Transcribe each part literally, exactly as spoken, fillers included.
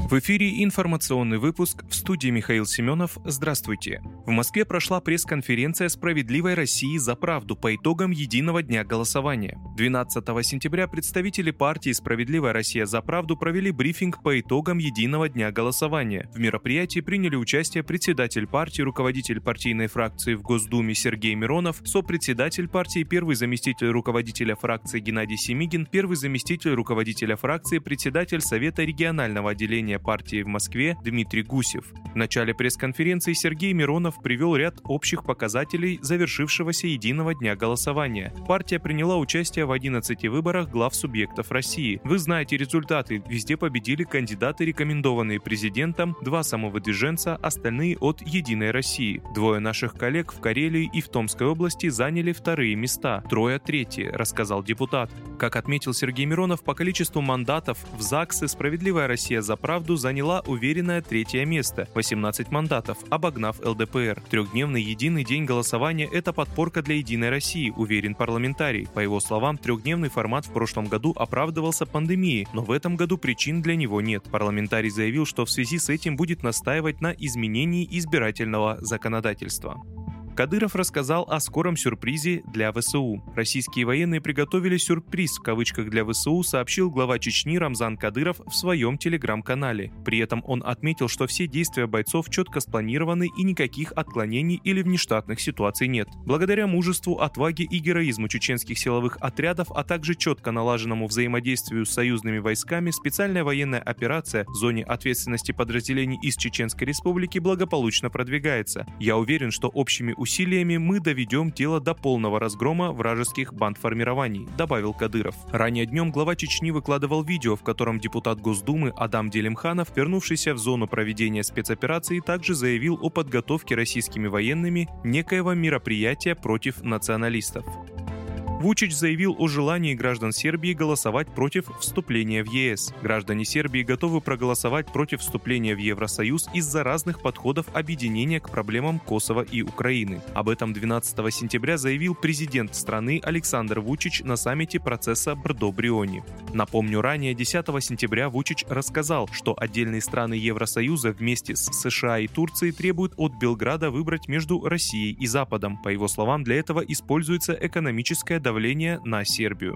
В эфире информационный выпуск, в студии Михаил Семенов. Здравствуйте. В Москве прошла пресс-конференция «Справедливой России за правду» по итогам единого дня голосования. двенадцатого сентября представители партии «Справедливая Россия за правду» провели брифинг по итогам единого дня голосования. В мероприятии приняли участие председатель партии, руководитель партийной фракции в Госдуме Сергей Миронов, сопредседатель партии, первый заместитель руководителя фракции Геннадий Семигин, первый заместитель руководителя фракции, председатель Совета регионального отделения партии в Москве Дмитрий Гусев. В начале пресс-конференции Сергей Миронов привел ряд общих показателей завершившегося единого дня голосования. Партия приняла участие в одиннадцати выборах глав субъектов России. Вы знаете результаты. Везде победили кандидаты, рекомендованные президентом, два самовыдвиженца, остальные от «Единой России». Двое наших коллег в Карелии и в Томской области заняли вторые места, трое третьи, рассказал депутат. Как отметил Сергей Миронов, по количеству мандатов в ЗАГСе «Справедливая Россия за правду» заняла уверенное третье место – восемнадцать мандатов, обогнав эл дэ пэ эр. Трехдневный единый день голосования – это подпорка для «Единой России», уверен парламентарий. По его словам, трехдневный формат в прошлом году оправдывался пандемией, но в этом году причин для него нет. Парламентарий заявил, что в связи с этим будет настаивать на изменении избирательного законодательства. Кадыров рассказал о скором сюрпризе для вэ эс у. Российские военные приготовили «сюрприз» в кавычках для вэ эс у, сообщил глава Чечни Рамзан Кадыров в своем телеграм-канале. При этом он отметил, что все действия бойцов четко спланированы и никаких отклонений или внештатных ситуаций нет. Благодаря мужеству, отваге и героизму чеченских силовых отрядов, а также четко налаженному взаимодействию с союзными войсками, специальная военная операция в зоне ответственности подразделений из Чеченской Республики благополучно продвигается. Я уверен, что общими усилиями Усилиями мы доведем дело до полного разгрома вражеских бандформирований, добавил Кадыров. Ранее днем глава Чечни выкладывал видео, в котором депутат Госдумы Адам Делимханов, вернувшийся в зону проведения спецоперации, также заявил о подготовке российскими военными некоего мероприятия против националистов. Вучич заявил о желании граждан Сербии голосовать против вступления в е эс. Граждане Сербии готовы проголосовать против вступления в Евросоюз из-за разных подходов объединения к проблемам Косово и Украины. Об этом двенадцатого сентября заявил президент страны Александр Вучич на саммите процесса Брдо-Бриони. Напомню, ранее десятого сентября Вучич рассказал, что отдельные страны Евросоюза вместе с США и Турцией требуют от Белграда выбрать между Россией и Западом. По его словам, для этого используется экономическое давление на Сербию.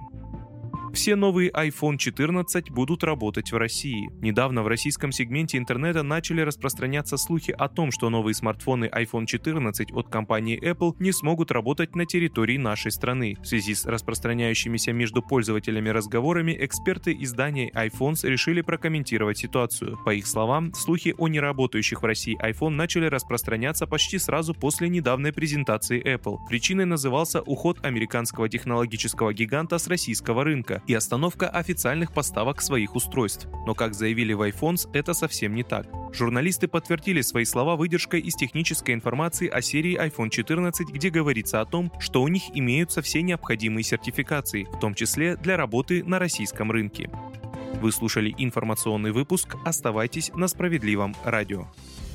Все новые айфон четырнадцать будут работать в России. Недавно в российском сегменте интернета начали распространяться слухи о том, что новые смартфоны айфон четырнадцать от компании Apple не смогут работать на территории нашей страны. В связи с распространяющимися между пользователями разговорами, эксперты издания iPhones решили прокомментировать ситуацию. По их словам, слухи о неработающих в России iPhone начали распространяться почти сразу после недавней презентации Apple. Причиной назывался уход американского технологического гиганта с российского рынка и остановка официальных поставок своих устройств. Но, как заявили в iPhones, это совсем не так. Журналисты подтвердили свои слова выдержкой из технической информации о серии айфон четырнадцать, где говорится о том, что у них имеются все необходимые сертификации, в том числе для работы на российском рынке. Вы слушали информационный выпуск. Оставайтесь на Справедливом радио.